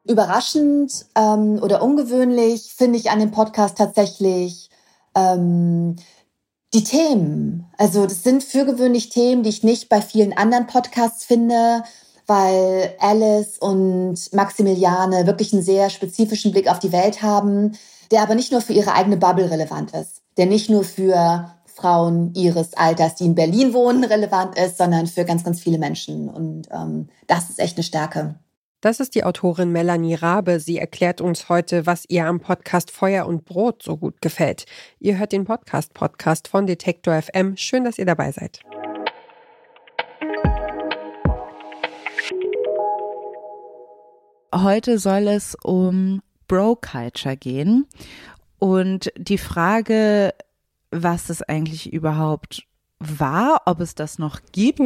Überraschend oder ungewöhnlich finde ich an dem Podcast tatsächlich die Themen. Also das sind für gewöhnlich Themen, die ich nicht bei vielen anderen Podcasts finde, weil Alice und Maximiliane wirklich einen sehr spezifischen Blick auf die Welt haben, der aber nicht nur für ihre eigene Bubble relevant ist, der nicht nur für Frauen ihres Alters, die in Berlin wohnen, relevant ist, sondern für ganz, ganz viele Menschen. Und das ist echt eine Stärke. Das ist die Autorin Melanie Rabe. Sie erklärt uns heute, was ihr am Podcast Feuer und Brot so gut gefällt. Ihr hört den Podcast von Detektor FM. Schön, dass ihr dabei seid. Heute soll es um Bro-Culture gehen und die Frage, was es eigentlich überhaupt war, ob es das noch gibt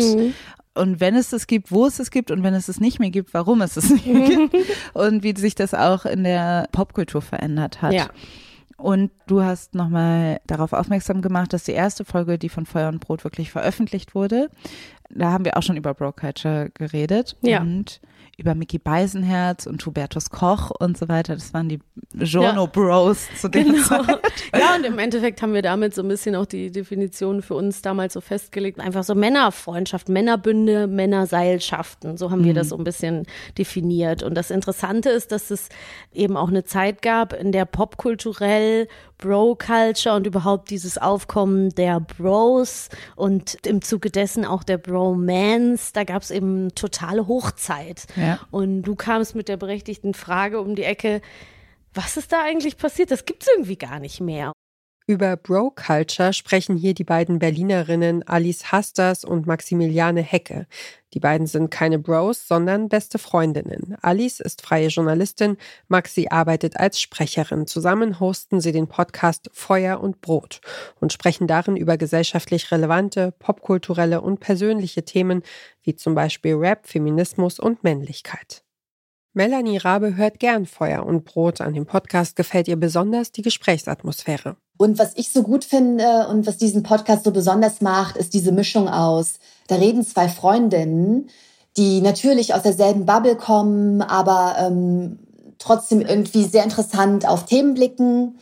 und wenn es das gibt, wo es das gibt und wenn es es nicht mehr gibt, warum es es nicht mehr gibt und wie sich das auch in der Popkultur verändert hat. Ja. Und du hast nochmal darauf aufmerksam gemacht, dass die erste Folge, die von Feuer und Brot wirklich veröffentlicht wurde, da haben wir auch schon über Bro-Culture geredet und über Micky Beisenherz und Hubertus Koch und so weiter. Das waren die Journo-Bros zu der Zeit. Ja, und im Endeffekt haben wir damit so ein bisschen auch die Definition für uns damals so festgelegt. Einfach so Männerfreundschaft, Männerbünde, Männerseilschaften. So haben wir das so ein bisschen definiert. Und das Interessante ist, dass es eben auch eine Zeit gab, in der popkulturell Bro-Culture und überhaupt dieses Aufkommen der Bros und im Zuge dessen auch der Bromance, da gab es eben totale Hochzeit. Ja. Und du kamst mit der berechtigten Frage um die Ecke, was ist da eigentlich passiert? Das gibt's irgendwie gar nicht mehr. Über Bro-Culture sprechen hier die beiden Berlinerinnen Alice Hasters und Maximiliane Hecke. Die beiden sind keine Bros, sondern beste Freundinnen. Alice ist freie Journalistin, Maxi arbeitet als Sprecherin. Zusammen hosten sie den Podcast Feuer und Brot und sprechen darin über gesellschaftlich relevante, popkulturelle und persönliche Themen, wie zum Beispiel Rap, Feminismus und Männlichkeit. Melanie Rabe hört gern Feuer und Brot. An dem Podcast gefällt ihr besonders die Gesprächsatmosphäre. Und was ich so gut finde und was diesen Podcast so besonders macht, ist diese Mischung aus, da reden zwei Freundinnen, die natürlich aus derselben Bubble kommen, aber trotzdem irgendwie sehr interessant auf Themen blicken.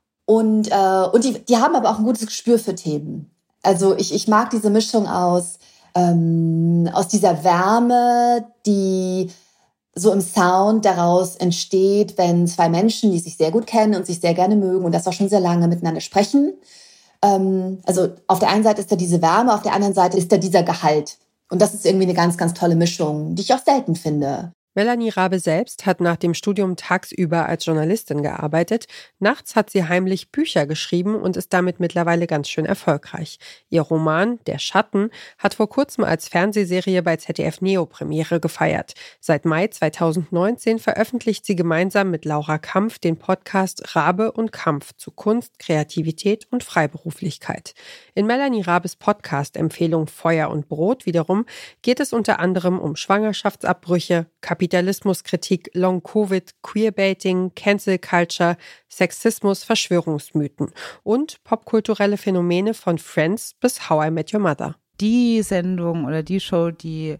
Und die haben aber auch ein gutes Gespür für Themen. Also ich mag diese Mischung aus dieser Wärme, die so im Sound daraus entsteht, wenn zwei Menschen, die sich sehr gut kennen und sich sehr gerne mögen und das auch schon sehr lange miteinander sprechen. Also auf der einen Seite ist da diese Wärme, auf der anderen Seite ist da dieser Gehalt. Und das ist irgendwie eine ganz, ganz tolle Mischung, die ich auch selten finde. Melanie Rabe selbst hat nach dem Studium tagsüber als Journalistin gearbeitet. Nachts hat sie heimlich Bücher geschrieben und ist damit mittlerweile ganz schön erfolgreich. Ihr Roman Der Schatten hat vor kurzem als Fernsehserie bei ZDF Neo Premiere gefeiert. Seit Mai 2019 veröffentlicht sie gemeinsam mit Laura Kampf den Podcast Rabe und Kampf zu Kunst, Kreativität und Freiberuflichkeit. In Melanie Rabes Podcast-Empfehlung Feuer und Brot wiederum geht es unter anderem um Schwangerschaftsabbrüche, Kapitalismuskritik, Long-Covid, Queerbaiting, Cancel Culture, Sexismus, Verschwörungsmythen und popkulturelle Phänomene von Friends bis How I Met Your Mother. Die Sendung oder die Show, die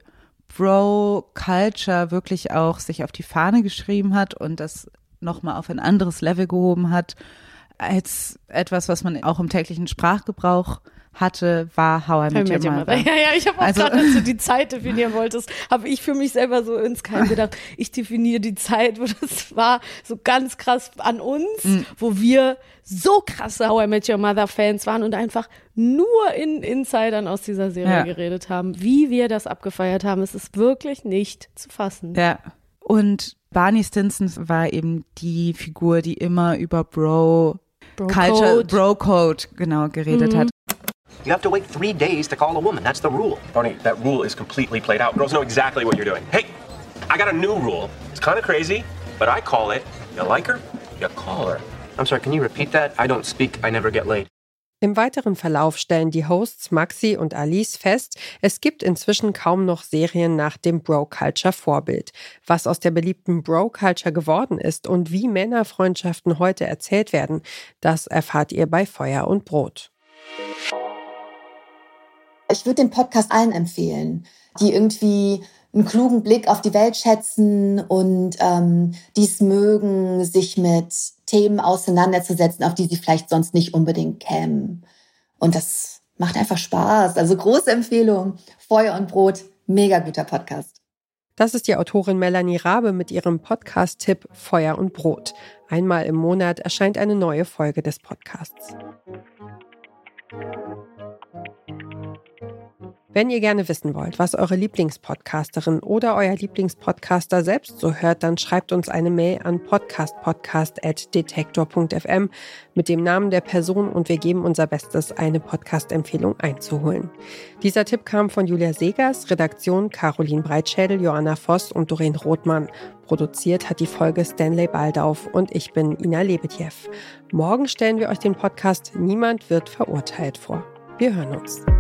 Bro-Culture wirklich auch sich auf die Fahne geschrieben hat und das nochmal auf ein anderes Level gehoben hat, als etwas, was man auch im täglichen Sprachgebrauch hatte, war How I Met Your Mother. Ja, ich habe auch gerade, als du die Zeit definieren wolltest, habe ich für mich selber so insgeheim gedacht, ich definiere die Zeit, wo das war so ganz krass an uns, wo wir so krasse How I Met Your Mother Fans waren und einfach nur in Insidern aus dieser Serie geredet haben. Wie wir das abgefeiert haben, es ist wirklich nicht zu fassen. Ja, und Barney Stinson war eben die Figur, die immer über Bro-Culture, Bro-Code, genau, geredet hat. You have to wait 3 days to call a woman. That's the rule. Barney, that rule is completely played out. Girls know exactly what you're doing. Hey, I got a new rule. It's kind of crazy, but I call it, you like her, you call her. I'm sorry, can you repeat that? I don't speak, I never get laid. Im weiteren Verlauf stellen die Hosts Maxi und Alice fest, es gibt inzwischen kaum noch Serien nach dem Bro-Culture-Vorbild. Was aus der beliebten Bro-Culture geworden ist und wie Männerfreundschaften heute erzählt werden, das erfahrt ihr bei Feuer und Brot. Ich würde den Podcast allen empfehlen, die irgendwie einen klugen Blick auf die Welt schätzen und dies mögen, sich mit Themen auseinanderzusetzen, auf die sie vielleicht sonst nicht unbedingt kämen. Und das macht einfach Spaß. Also große Empfehlung. Feuer und Brot, mega guter Podcast. Das ist die Autorin Melanie Rabe mit ihrem Podcast-Tipp Feuer und Brot. Einmal im Monat erscheint eine neue Folge des Podcasts. Wenn ihr gerne wissen wollt, was eure Lieblingspodcasterin oder euer Lieblingspodcaster selbst so hört, dann schreibt uns eine Mail an podcastpodcast@detektor.fm mit dem Namen der Person und wir geben unser Bestes, eine Podcast-Empfehlung einzuholen. Dieser Tipp kam von Julia Segers, Redaktion Caroline Breitschädel, Joanna Voss und Doreen Rothmann. Produziert hat die Folge Stanley Baldauf und ich bin Ina Lebetjew. Morgen stellen wir euch den Podcast Niemand wird verurteilt vor. Wir hören uns.